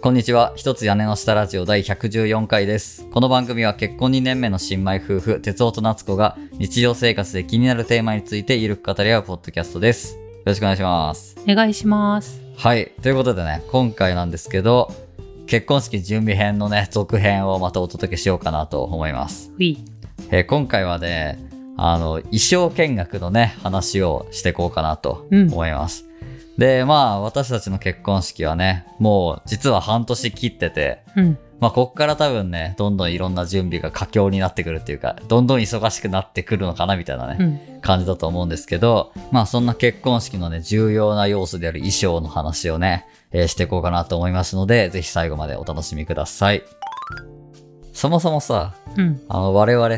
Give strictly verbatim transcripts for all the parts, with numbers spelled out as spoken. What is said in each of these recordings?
こんにちは。一つ屋根の下ラジオ第ひゃくじゅうよんかいです。この番組は結婚にねんめの新米夫婦、哲夫と夏子が日常生活で気になるテーマについてゆるく語り合うポッドキャストです。よろしくお願いします。 お願いします。 はい。ということでね、今回なんですけど、結婚式準備編のね、続編をまたお届けしようかなと思います。 うい。 えー今回はね、あの、衣装見学のね、話をしていこうかなと思います。うんで、まあ、私たちの結婚式はね、もう実は半年切ってて、 うん、 まあ、こっから多分ね、どんどんいろんな準備が佳境になってくるっていうか、どんどん忙しくなってくるのかなみたいなね、うん、感じだと思うんですけど、まあ、そんな結婚式のね、重要な要素である衣装の話をね、えー、していこうかなと思いますので、ぜひ最後までお楽しみください。そもそもさ、 うん、 あの、我々って、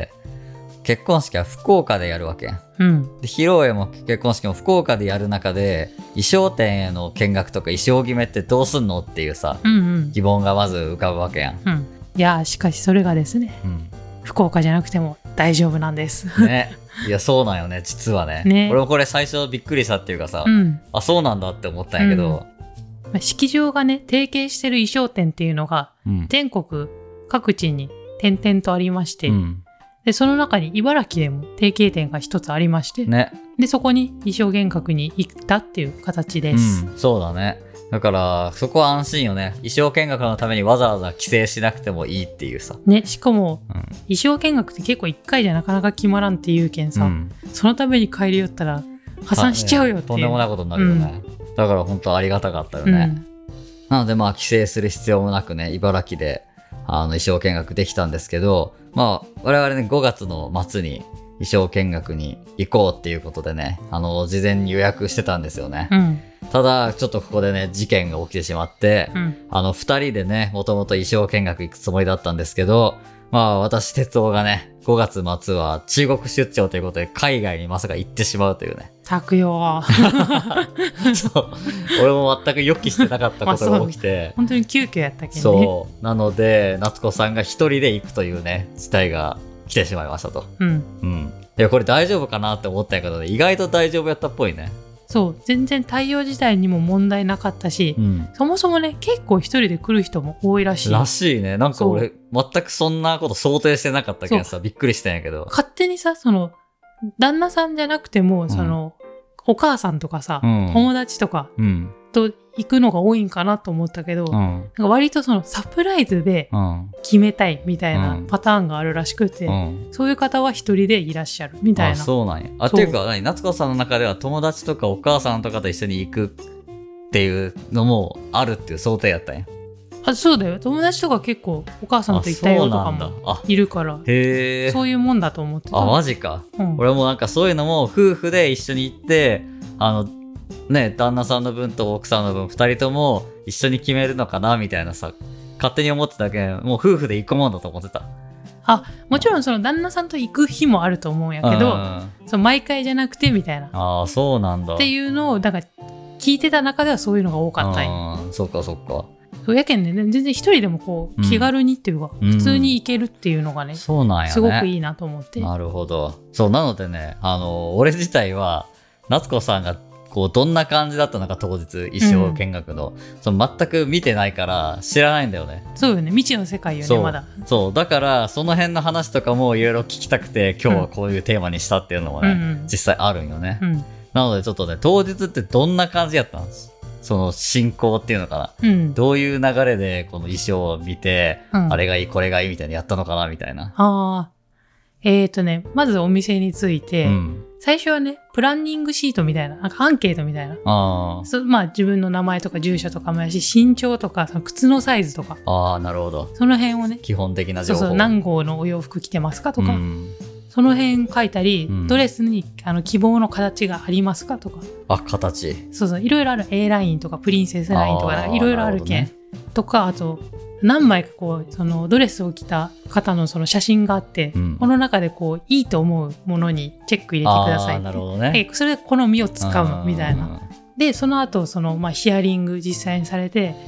結婚式は福岡でやるわけ。 うん、 で披露宴も結婚式も福岡でやる中で衣装店への見学とか衣装決めってどうすんのっていうさ、 うんうん、 疑問がまず浮かぶわけやん、 うん、いやしかしそれがですね、うん、福岡じゃなくても大丈夫なんですね。いやそうなんよね実は ね, ね俺もこれ最初びっくりしたっていうかさ、うん、あそうなんだって思ったんやけど、 うんまあ、式場がね提携してる衣装店っていうのが、うん、全国各地に点々とありまして、うんでその中に茨城でも提携店が一つありまして、ね、でそこに衣装見学に行ったっていう形です、 うん、そうだね。だからそこは安心よね。衣装見学のためにわざわざ帰省しなくてもいいっていうさね。しかも、うん、衣装見学って結構いっかいじゃなかなか決まらんっていうけんさ、うん、そのために帰り寄ったら破産しちゃうよっていう、 とんでもないことになるよね、うん、だから本当ありがたかったよね、うん、なのでまあ帰省する必要もなくね茨城であの衣装見学できたんですけど、まあ我々ねごがつの末に衣装見学に行こうっていうことでね、あの事前に予約してたんですよね、うん、ただちょっとここでね事件が起きてしまって、うん、あのふたりでねもともと衣装見学行くつもりだったんですけど、まあ私哲夫がねごがつ末は中国出張ということで海外にまさか行ってしまうというね。 拓陽そう俺も全く予期してなかったことが起きて、 まあ、本当に急遽やったけどね。 そうなので夏子さんが一人で行くというね事態が来てしまいましたと。うん、うん、いやこれ大丈夫かなって思ったんやけど、ね、意外と大丈夫やったっぽいね。 そう全然対応自体にも問題なかったし、うん、そもそもね結構一人で来る人も多いらしいらしいね。なんか俺全くそんなこと想定してなかったけどさびっくりしたんやけど、 勝手にさその旦那さんじゃなくてもその、うん、お母さんとかさ、うん、友達とかと行くのが多いんかなと思ったけど、うん、なんか割とそのサプライズで決めたいみたいなパターンがあるらしくて、うん、そういう方は一人でいらっしゃるみたいな。あそうなんや。あっていうか何夏子さんの中では友達とかお母さんとかと一緒に行くっていうのもあるっていう想定やったんや。 あそうだよ。友達とか結構お母さんと行ったよとかもいるから、へそういうもんだと思ってた。 あマジか、うん、俺もなんかそういうのも夫婦で一緒に行ってあのね旦那さんの分と奥さんの分ふたりとも一緒に決めるのかなみたいなさ勝手に思ってたけん、もう夫婦で行くもんだと思ってた。 あもちろんその旦那さんと行く日もあると思うんやけど、うん、その毎回じゃなくてみたいな。 あそうなんだっていうのをだから聞いてた中ではそういうのが多かったんや。そっかそっか。 そうやけんね全然一人でもこう気軽にっていうか、うん、普通に行けるっていうのがね、うん、 そうなんやね、 すごくいいなと思って。 なるほど。そうなのでねあの俺自体は夏子さんがこうどんな感じだったのか当日衣装見学の、うん、その全く見てないから知らないんだよね。 そうよね未知の世界よねまだ。 そうだからその辺の話とかもいろいろ聞きたくて今日はこういうテーマにしたっていうのもね、うんうん、実際あるんよね、うん、なのでちょっとね当日ってどんな感じやったんです、その進行っていうのかな、うん、どういう流れでこの衣装を見て、うん、あれがいいこれがいいみたいなやったのかなみたいな。 あえーとねまずお店について、うん、最初はねプランニングシートみたいな、なんかアンケートみたいな。あそまあ自分の名前とか住所とかもやし身長とかその靴のサイズとか。 ああなるほど。 その辺をね基本的な情報。 そうそう何号のお洋服着てますかとか、うん、その辺書いたり、うん、ドレスにあの希望の形がありますかとか。 あ形。 そうそういろいろある A ラインとかプリンセスラインとかいろいろあるけん、ね、とかあと何枚かこうそのドレスを着た方のその写真があって、うん、この中でこういいと思うものにチェック入れてくださいって。 なるほどね。 それで好みを使うみたいな。でその後そのまあヒアリング実際にされて、うん、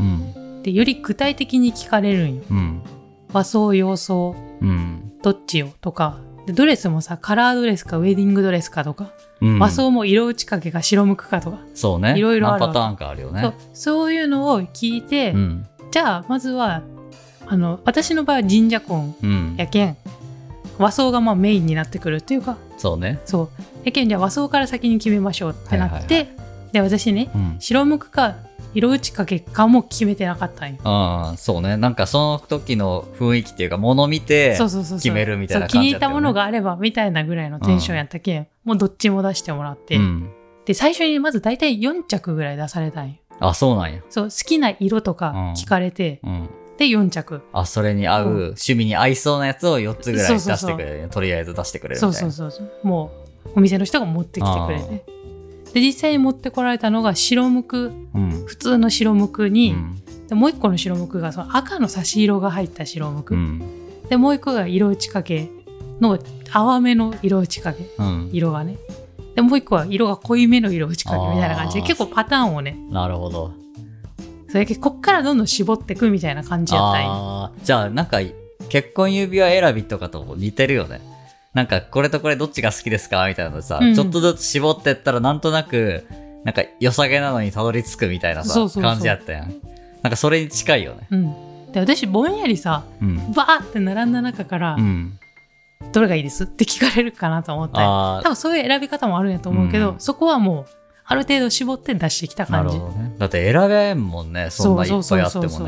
でより具体的に聞かれるんよ、うん、和装洋装、うん、どっちよとかでドレスもさカラードレスかウェディングドレスかとか、うん、和装も色打ち掛けか白むくかとかそうねいろいろある何パターンかあるよね。 そう、そういうのを聞いて、うんじじゃあまずはあの私の場合は神社婚やけん、うん、和装がまあメインになってくるっていうか、 そうね、 そうやけんじゃあ和装から先に決めましょうってなって、はいはいはい、で私ね、うん、白むくか色打ち掛けかも決めてなかったんよ。 ああ、そうね。なんかその時の雰囲気っていうか、物見て決めるみたいな感じだったよね。そうそうそうそう、 気に入ったものがあればみたいなぐらいのテンションやったけん、うん、もうどっちも出してもらって、うん、で最初にまず大体よん着ぐらい出されたんよ。 あ、そうなんや。 そう、好きな色とか聞かれて、うんうん、でよん着。 あ、それに合う、趣味に合いそうなやつをよっつぐらい出してくれる。そうそうそう、とりあえず出してくれるみたいな。 そうそうそう、もうお店の人が持ってきてくれて、で実際に持ってこられたのが白むく、うん、普通の白むくに、うん、でもう一個の白むくがその赤の差し色が入った白むく、うん、でもう一個が色打ち掛けの淡めの色打ち掛け、うん、色がね、でもう一個は色が濃いめの色打ち掛けみたいな感じで結構パターンをね。 なるほど。 それでこっからどんどん絞っていくみたいな感じやったんや。 あ、じゃあなんか結婚指輪選びとかとも似てるよね。なんかこれとこれどっちが好きですかみたいなのさ、うん、ちょっとずつ絞ってったらなんとなくなんか良さげなのにたどり着くみたいなさ、そうそうそう、感じやったやん。なんかそれに近いよね。 うん、で私ぼんやりさ、うん、バーって並んだ中から、うん、どれがいいですって聞かれるかなと思ったよ。多分そういう選び方もあるんやと思うけど、うん、そこはもうある程度絞って出してきた感じ。 なるほどね。だって選べんもんね、そんないっぱいあってもね。そうそうそうそう、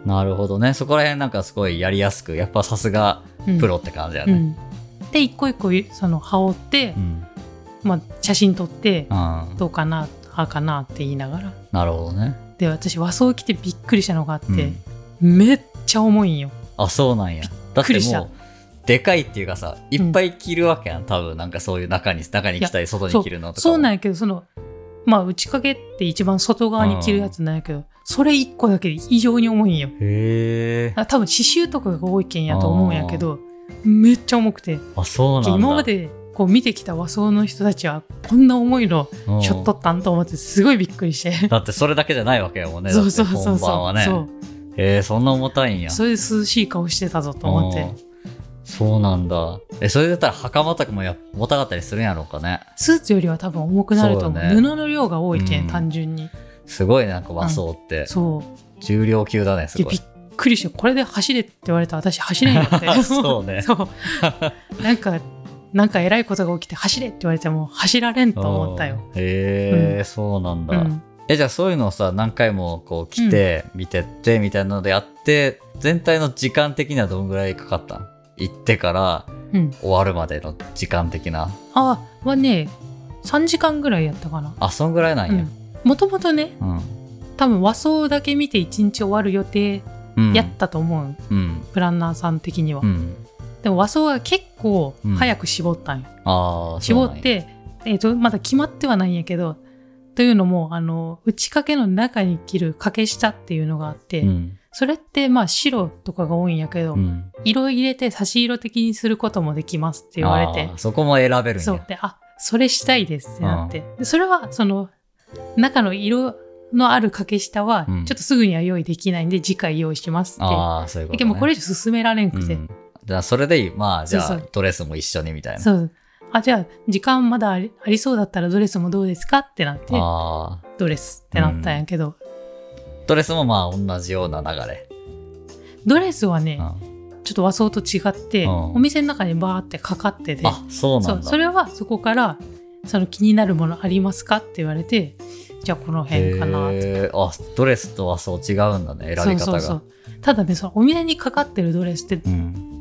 なるほどね。そこら辺なんかすごいやりやすく、やっぱさすがプロって感じやね。うんうん、 で一個一個その羽織って、うん、まあ、写真撮ってどうかなああかなって言いながら。 なるほどね。 で私和装着てびっくりしたのがあって、うん、めっちゃ重いんよ。 あ、そうなんや。だってもうでかいっていうかさ、いっぱい着るわけやん、うん、多分なんかそういう中に中に着たり外に着るのとか。 そう、そうなんやけど、そのまあ内掛けって一番外側に着るやつなんやけど、それいっこだけで異常に重いんよ。 へえ。 多分刺繍とかが多いけんやと思うんやけど、めっちゃ重くて。 あ、そうなんだ。 今までこう見てきた和装の人たちはこんな重いのしょっとったんと思ってすごいびっくりして。 だってそれだけじゃないわけやもんね。 そうそうそうそう。 本番はね。そう。へえ、そんな重たいんや。 それで涼しい顔してたぞと思って。 そうなんだ。え、それだったら袴とかもや重たかったりするんやろうかね。 スーツよりは多分重くなると思う。うね、布の量が多いけん、うん、単純に。 すごいね、なんか和装って、うん。そう。重量級だね、すごい。 びっくりして、これで走れって言われたら私走れんよって。 そうね。 そう。なんか、なんか偉いことが起きて走れって言われても走られんと思ったよ。 へえ、うん、そうなんだ。うん、え、じゃあそういうのをさ、何回もこう来て、うん、見てってみたいなのでやって、全体の時間的にはどんぐらいかかったん？行ってから終わるまでの時間的な。うん、 あはね、さんじかんぐらいやったかな。 あ、そんぐらいなんや。 もともとね、うん、多分和装だけ見ていちにち終わる予定やったと思う、うん、プランナーさん的には、うん、でも和装は結構早く絞ったんよ、うん、あ絞って、えーと、まだ決まってはないんやけど、というのもあの内掛けの中に着る掛け下っていうのがあって、うん、それってまあ白とかが多いんやけど、うん、色入れて差し色的にすることもできますって言われて、 そこも選べるんや。 そうで、あ、それしたいですってなって、でそれはその中の色のある掛け下はちょっとすぐには用意できないんで、うん、次回用意しますって。ああ、そういうことね。でもこれ以上進められんくて、うん、 じゃあそれでいい。まあじゃあそうそうドレスも一緒にみたいな。 そう。あ、じゃあ時間まだあり、ありそうだったらドレスもどうですかってなって、あドレスってなったんやけど、うん、 ドレスもまあ同じような流れ。 ドレスはね、うん、ちょっと和装と違って、うん、お店の中にバーってかかってて、 あ、そうなんだ。 そう、それはそこからその気になるものありますかって言われて、じゃあこの辺かなって。 あ、ドレスと和装違うんだね、選び方が。そうそうそう。 ただね、そのお店にかかってるドレスって、うん、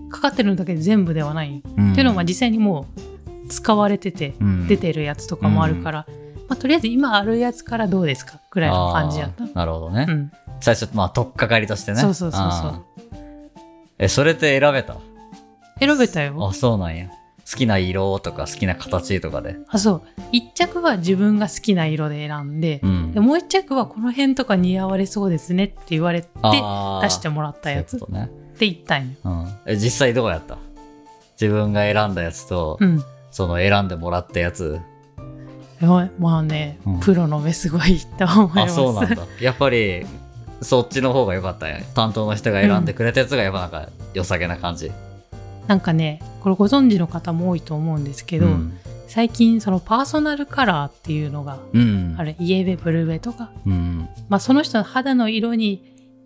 かかってるのだけで全部ではない、うん、っていうのは実際にもう使われてて、うん、出てるやつとかもあるから、うん、まあ、とりあえず今あるやつからどうですかぐらいの感じやった。 なるほどね、うん、最初まあ取っかかりとしてね。 そうそうそうそう。 え、それって選べた？ 選べたよ。 あ、そうなんや。好きな色とか好きな形とかで。 あ、そう。一着は自分が好きな色で選んで、うん、でもう一着はこの辺とか似合われそうですねって言われて出してもらったやつ。そういうことね。って言ったんよ。 うん。え、実際どうやった？自分が選んだやつと、うん、その選んでもらったやつ。 まあね、うん、プロの目すごいと思います。あ、 そうなんだ。やっぱりそっちの方が良かったんや。担当の人が選んでくれたやつがやっぱなんか良さげな感じ。 なんかね、これご存知の方も多いと思うんですけど、うん、最近そのパーソナルカラーっていうのが、うん、あれイエベブルベとか、うん、まあ、その人の肌の色に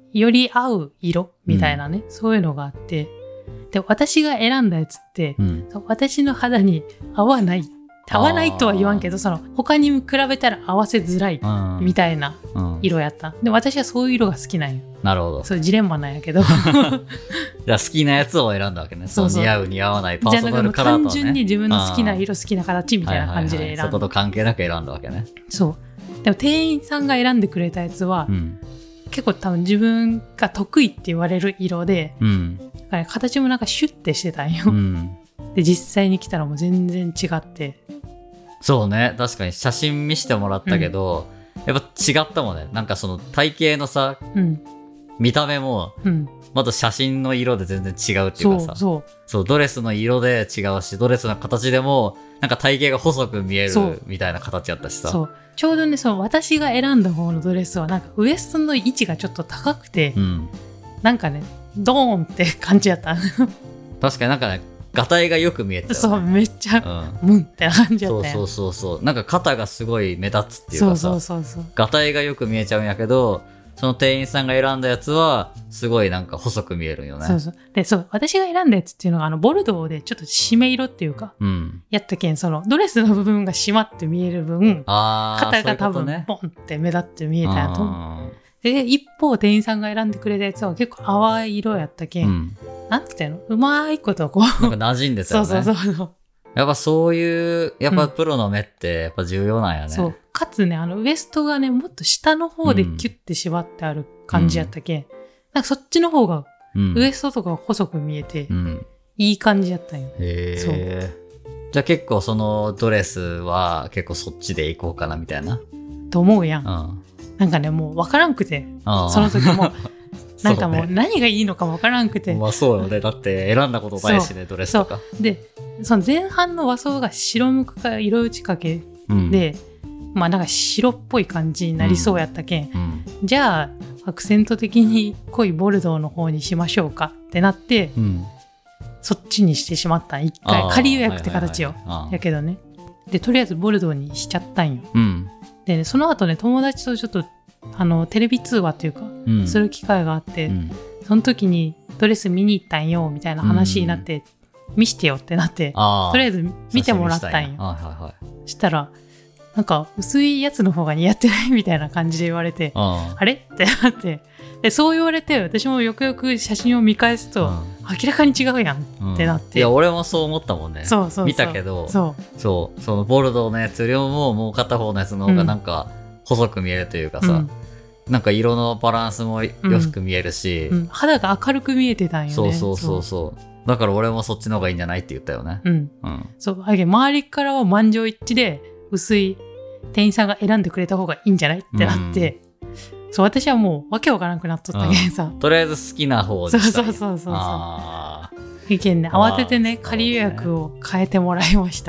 より合う色みたいなね、うん、そういうのがあって、で私が選んだやつって、うん、私の肌に合わない合わないとは言わんけど、その他に比べたら合わせづらいみたいな色やった、うん、で私はそういう色が好きなんよ。 なるほど。 そうジレンマなんやけどじゃあ好きなやつを選んだわけね。そうそう、似合う似合わないパーソナルカラーとはね、 単純に自分の好きな色好きな形みたいな感じで選んだ、 はいはいはい、そこと関係なく選んだわけね。 そうでも店員さんが選んでくれたやつは、うん、結構多分自分が得意って言われる色で、うん、だから形もなんかシュッてしてたんよ、うん、で実際に来たらもう全然違って。 そうね、確かに写真見せてもらったけど、うん、やっぱ違ったもんね。なんかその体型のさ、うん、見た目も、うん、また写真の色で全然違うっていうかさ、そうそうそう、ドレスの色で違うし、ドレスの形でもなんか体型が細く見えるみたいな形やったしさ。そうちょうどね、その私が選んだ方のドレスはなんかウエストの位置がちょっと高くて、うん、なんかねドーンって感じやった確かになんかね、ガタイがよく見えてた、ね、 そうめっちゃ、うん、ムンって感じやったよ。 そうそうそうそう、なんか肩がすごい目立つっていうかさ、 そうそうそうそう、 ガタイがよく見えちゃうんやけど、その店員さんが選んだやつはすごいなんか細く見えるんよね。 そうそう、でそう私が選んだやつっていうのがあのボルドーでちょっと締め色っていうか、うん、やったけん、そのドレスの部分が締まって見える分、あ肩が多分ボンって目立って見えたやと思う。で一方店員さんが選んでくれたやつは結構淡い色やったけん、うん、なんていうの、うまいことこうなんか馴染んでたよね。 そうそうそうそう、 やっぱそういうやっぱプロの目ってやっぱ重要なんやね、うん、 そうかつね、あのウエストがねもっと下の方でキュッて縛ってある感じやったけん、うん、なんかそっちの方がウエストとか細く見えて、うん、いい感じやったんよ。 へえ。じゃあ結構そのドレスは結構そっちで行こうかなみたいなと思うやん、うん、なんかねもう分からんくて、その時もなんかもう何がいいのか分からんくて、 ね、まあそうよね、だって選んだことないしね、ドレスとか。 でその前半の和装が白むくか色打ち掛けで、うん、まあなんか白っぽい感じになりそうやったけん、うん、じゃあアクセント的に濃いボルドーの方にしましょうかってなって、うん、そっちにしてしまったん一回仮予約って形よ、はいはいはい、やけどね、でとりあえずボルドーにしちゃったんよ、うん、で、ね、その後ね友達とちょっとあのテレビ通話というか、うん、する機会があって、うん、その時にドレス見に行ったんよみたいな話になって、うん、見してよってなって、とりあえず見てもらったんよ。はいはいはい、したらなんか薄いやつの方が似合ってないみたいな感じで言われて、あ, あれってなって、でそう言われて私もよくよく写真を見返すと、うん、明らかに違うやんってなって、 うん、いや俺もそう思ったもんね。そうそうそう、見たけど、そうそうそのボルドーのやつよりももう片方のやつの方がなんか細く見えるというかさ、うん、なんか色のバランスもよく見えるし、うんうん、 肌が明るく見えてたんよね。 そうそうそうそうだから俺もそっちの方がいいんじゃないって言ったよね。うん、 うん、そう周りからは満場一致で薄い店員さんが選んでくれた方がいいんじゃないってなって、うん、そう私はもうわけわからなくなっとったけんさ、うん、 とりあえず好きな方にしたい。 そうそうそうそうそう意見ね、慌ててね仮予約を変えてもらいました。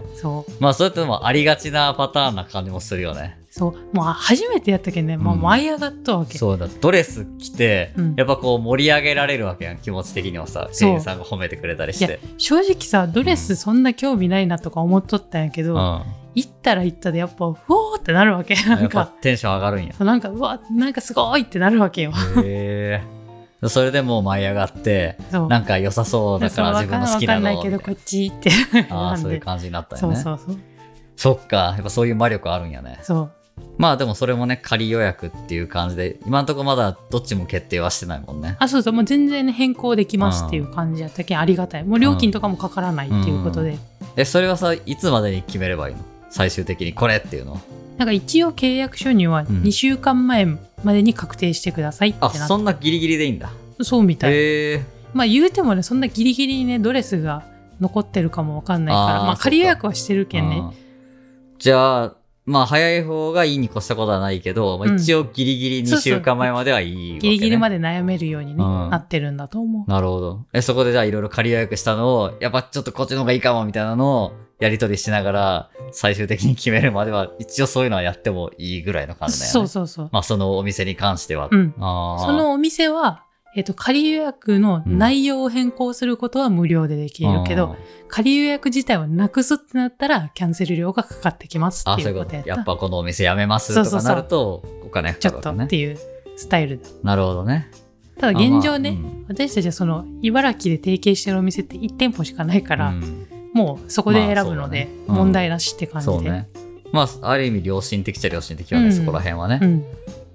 そうまあそれってもありがちなパターンな感じもするよね。 そうもう初めてやったけんね、もう舞い上がったわけ、 うん、そうだドレス着て、うん、やっぱこう盛り上げられるわけやん、気持ち的にはさ、店員さんが褒めてくれたりして。いや正直さドレスそんな興味ないなとか思っとったんやけど、うん、行ったら行ったでやっぱうおーってなるわけ。なんかやっぱテンション上がるんや。 なんかうわなんかすごいってなるわけよ。 へーそれでもう舞い上がってなんか良さそうだから自分の好きなのわかんないけどこっちってあそういう感じになったよね。 そうそうそう、 そっかやっぱそういう魔力あるんやね。そうまあでもそれもね仮予約っていう感じで今のところまだどっちも決定はしてないもんね。 あそうそうもう全然、ね、変更できますっていう感じやったけんありがたい。もう料金とかもかからないっていうことで、うんうん、 えそれはさいつまでに決めればいいの最終的にこれっていうの。 なんか一応契約書にはにしゅうかんまえまでに確定してくださいってなって、うん、 あそんなギリギリでいいんだ。 そうみたい。へーまあ言うてもねそんなギリギリにねドレスが残ってるかもわかんないから、あまあ仮予約はしてるけんね。 じゃあまあ早い方がいいに越したことはないけど、まあ、一応ギリギリにしゅうかんまえまではいいわけね。そうそうギリギリまで悩めるように、ねうん、なってるんだと思う。 なるほど。えそこでじゃあいろいろ仮予約したのをやっぱちょっとこっちの方がいいかもみたいなのをやり取りしながら最終的に決めるまでは一応そういうのはやってもいいぐらいの感じだよね。そうそうそう。まあそのお店に関しては。うん、あそのお店はえっと、仮予約の内容を変更することは無料でできるけど、うん、仮予約自体をなくすってなったらキャンセル料がかかってきますっていうことやった。 あ、そういうこと。やっぱこのお店辞めますとかなるとお金かかるわけね。 ちょっとっていう。 スタイルだ。 なるほどね。 ただ現状ね、 まあうん、 私たちはその茨城で提携してるお店っていち店舗しかないから、うん、もうそこで選ぶので、まあね、問題なしって感じで、 うん、そうね。まあある意味良心的っちゃ良心的よね、うん、そこら辺はね、うん、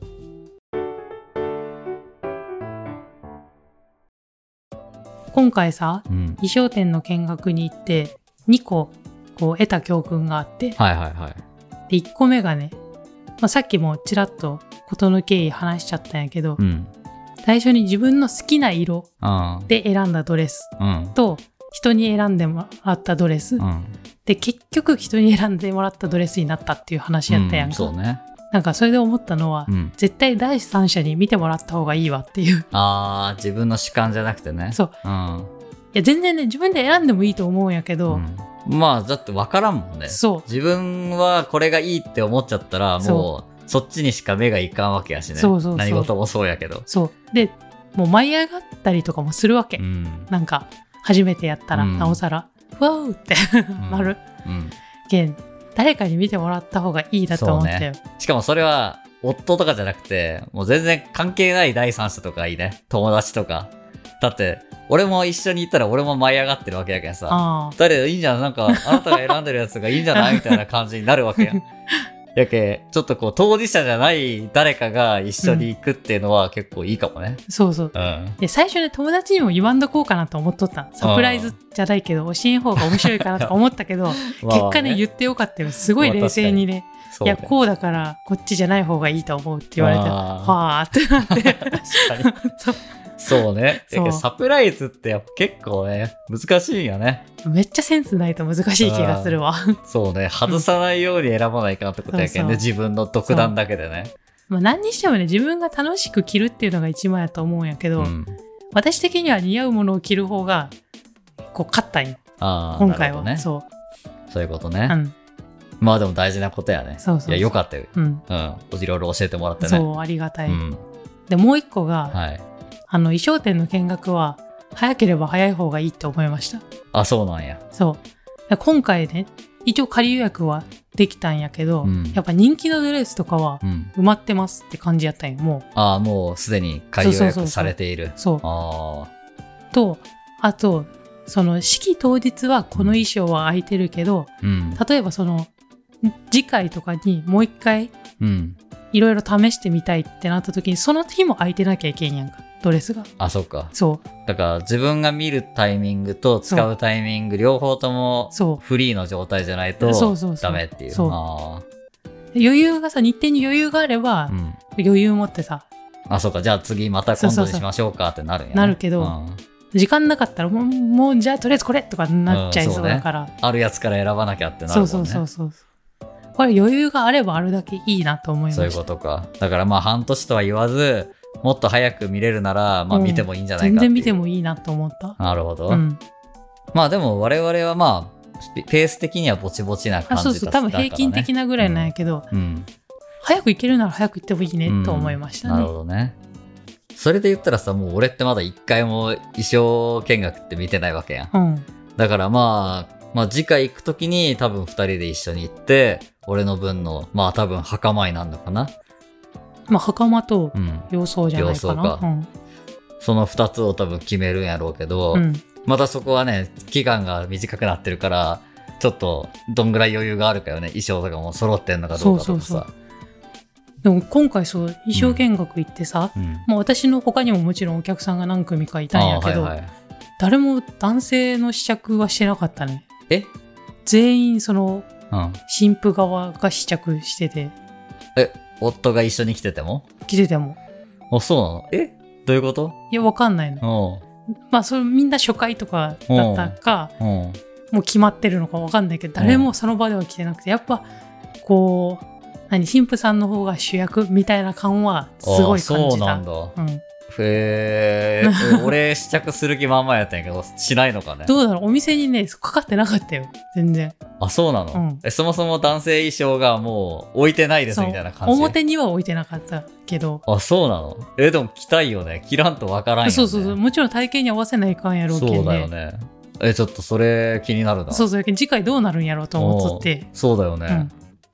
今回さ、うん、衣装店の見学に行ってにここう得た教訓があって、 はいはいはい、 でいっこめがね、まあ、さっきもちらっと事の経緯話しちゃったんやけど、うん、最初に自分の好きな色で選んだドレスと人に選んでもらったドレス、うん、で結局人に選んでもらったドレスになったっていう話やったやんか、うん、そうね、なんかそれで思ったのは、うん、絶対第三者に見てもらった方がいいわっていう。 あー、自分の主観じゃなくてね。 そう、うん、いや全然ね自分で選んでもいいと思うんやけど、 うん、まあだって分からんもんね。そう、自分はこれがいいって思っちゃったらもうそっちにしか目がいかんわけやしね。そうそうそう、何事もそうやけど。そうでもう舞い上がったりとかもするわけ、うん、なんか初めてやったら、うん、なおさらふわーってなる、うんうん、けん誰かに見てもらった方がいいだと思ってよ、ね、しかもそれは夫とかじゃなくてもう全然関係ない第三者とかいいね、友達とか。だって俺も一緒に行ったら俺も舞い上がってるわけやけんさ、誰いいんじゃん、なんかあなたが選んでるやつがいいんじゃないみたいな感じになるわけやんやけちょっとこう当事者じゃない誰かが一緒に行くっていうのは結構いいかもね、 うん、そうそう、うん、で最初ね友達にも言わんどこうかなと思っとった。サプライズじゃないけど教えん方が面白いかなと思ったけど結果ね言ってよかったよ。すごい冷静にね、いやこうだからこっちじゃない方がいいと思うって言われて、はあってなって確かにそうそうね。そうサプライズってやっぱ結構ね難しいよね。 めっちゃセンスないと難しい気がするわ。 そうね、外さないように選ばないかなってことやけんね、自分の独断だけでね。 まあ、何にしてもね自分が楽しく着るっていうのが一番やと思うんやけど、うん、私的には似合うものを着る方がこう勝ったんよ。あ今回は、ね、そうそういうことね、うん、まあでも大事なことやね。そうそうそう、いやよかったよ、うんうん、いろいろ教えてもらってね。 そうありがたい、うん、でもう一個が、はい、あの衣装店の見学は早ければ早い方がいいって思いました。 あ、そうなんや。 そう今回ね一応仮予約はできたんやけど、うん、やっぱ人気のドレスとかは埋まってますって感じやったんよ。もうああもうすでに仮予約されている。 そうそうそうそう、あとあとその式当日はこの衣装は空いてるけど、うん、例えばその次回とかにもう一回いろいろ試してみたいってなった時にその日も空いてなきゃいけんやんかドレスが。 あ、そっか。そうだから自分が見るタイミングと使うタイミング両方ともフリーの状態じゃないとダメっていう。そうそうそう、あ余裕がさ日程に余裕があれば、うん、余裕持ってさ、 あ、そうか、じゃあ次また今度にしましょうかってなるんや、ね、 なるけど、うん、時間なかったらもう、もうじゃあとりあえずこれとかなっちゃいそうだから、うんね、 あるやつから選ばなきゃってなるもんね。そうそうそうそう、 これ余裕があればあるだけいいなと思いました。 そういうことか。だからまあ半年とは言わずもっと早く見れるならまあ見てもいいんじゃないかっていう、うん、 全然見てもいいなと思った。 なるほど、うん、まあでも我々はまあペース的にはぼちぼちな感じだったから、ね、あ、そうそう、多分平均的なぐらいなんやけど、うんうん、早く行けるなら早く行ってもいいねと思いましたね、うん、なるほどね。それで言ったらさ、もう俺ってまだ一回も衣装見学って見てないわけやん、うん、だからまあまあ次回行くときに多分ふたりで一緒に行って俺の分のまあ多分袴になるのかな。 まあ袴と洋装じゃないかな、うん、洋装か、うん、 そのふたつを多分決めるんやろうけど、うん、またそこはね期間が短くなってるからちょっとどんぐらい余裕があるかよね。衣装とかも揃ってんのかどうかとかさ。そうそうそう、 でも今回そう衣装見学行ってさ、うんまあ、私の他にももちろんお客さんが何組かいたんやけど、はいはい、誰も男性の試着はしてなかったね。 え全員その、うん、新婦側が試着してて。 え夫が一緒に来てても来てても。 あ、そうなの。えどういうこと。 いやわかんないの。まあそれみんな初回とかだったかもう決まってるのかわかんないけど誰もその場では来てなくて、やっぱこう何神父さんの方が主役みたいな感はすごい感じた。 そうなんだ、うん、へー俺試着する気まんまやったんやけどしないのかね。 どうだろう、お店にねかかってなかったよ全然。 あ、そうなの、うん、えそもそも男性衣装がもう置いてないですみたいな感じ。 表には置いてなかったけど。 あ、そうなの。えでも着たいよね。着らんとわからんよね。 そうそうそう、もちろん体型に合わせないかんやろうけどね。 そうだよね。えちょっとそれ気になるな。 そうそう、次回どうなるんやろうと思っとって。 そうだよね、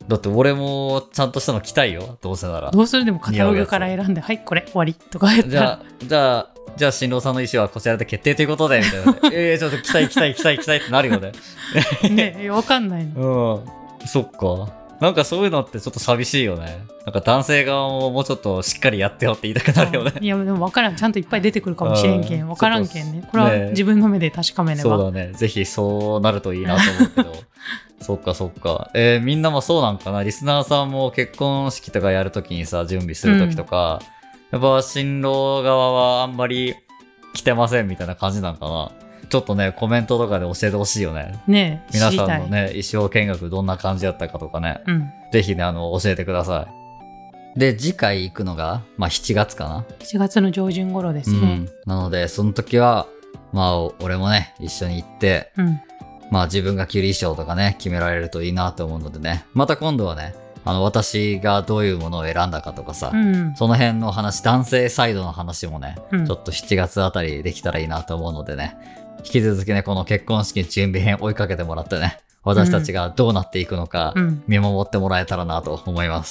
だって俺もちゃんとしたの着たいよ、どうせなら。 どうするでもカタログから選んで、はい、これ終わりとか言ったら。 じゃあ、じゃあ、じゃあ、新郎さんの衣装はこちらで決定ということで、みたいな。えー、ちょっと着たい着たい着たい着たいってなるよね。 ね、わかんないの。うん。そっか。なんかそういうのってちょっと寂しいよね。なんか男性側ももうちょっとしっかりやってよって言いたくなるよね。 いやでも分からん、ちゃんといっぱい出てくるかもしれんけん分からんけんね。これは自分の目で確かめれば、ね、 そうだね。ぜひそうなるといいなと思うけど。そっかそっか。えー、みんなもそうなんかな。リスナーさんも結婚式とかやるときにさ、準備するときとか、うん、やっぱ新郎側はあんまり着てませんみたいな感じなんかな。ちょっとね、コメントとかで教えてほしいよね。 ねえ、 皆さんのね、衣装見学どんな感じだったかとかね。うん、ぜひね、あの、教えてください。で、次回行くのが、まあしちがつかな。 しちがつの上旬頃ですね。うん、 なので、その時は、まあ、俺もね、一緒に行って、うん、まあ自分が着る衣装とかね、決められるといいなと思うのでね。また今度はね、あの、私がどういうものを選んだかとかさ、うん、その辺の話、男性サイドの話もね、うん、ちょっとしちがつあたりできたらいいなと思うのでね。引き続きね、この結婚式準備編追いかけてもらってね、私たちがどうなっていくのか見守ってもらえたらなと思います。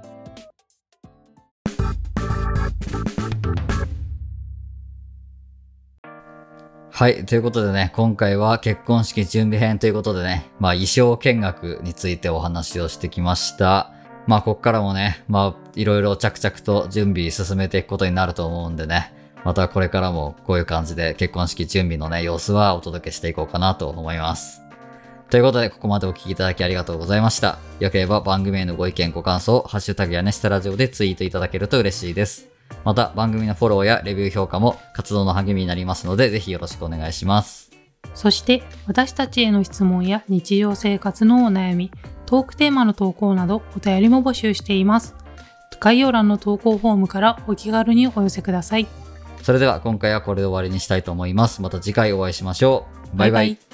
はい。ということでね、今回は結婚式準備編ということでね、まあ衣装見学についてお話をしてきました。まあこっからもね、まあいろいろ着々と準備進めていくことになると思うんでね、またこれからもこういう感じで結婚式準備のね、様子はお届けしていこうかなと思います。ということで、ここまでお聞きいただきありがとうございました。よければ番組へのご意見ご感想、ハッシュタグやねしたラジオでツイートいただけると嬉しいです。また番組のフォローやレビュー評価も活動の励みになりますので、ぜひよろしくお願いします。 そして私たちへの質問や日常生活のお悩み、トークテーマの投稿などお便りも募集しています。概要欄の投稿フォームからお気軽にお寄せください。 それでは今回はこれで終わりにしたいと思います。また次回お会いしましょう。バイバイ。バイバイ。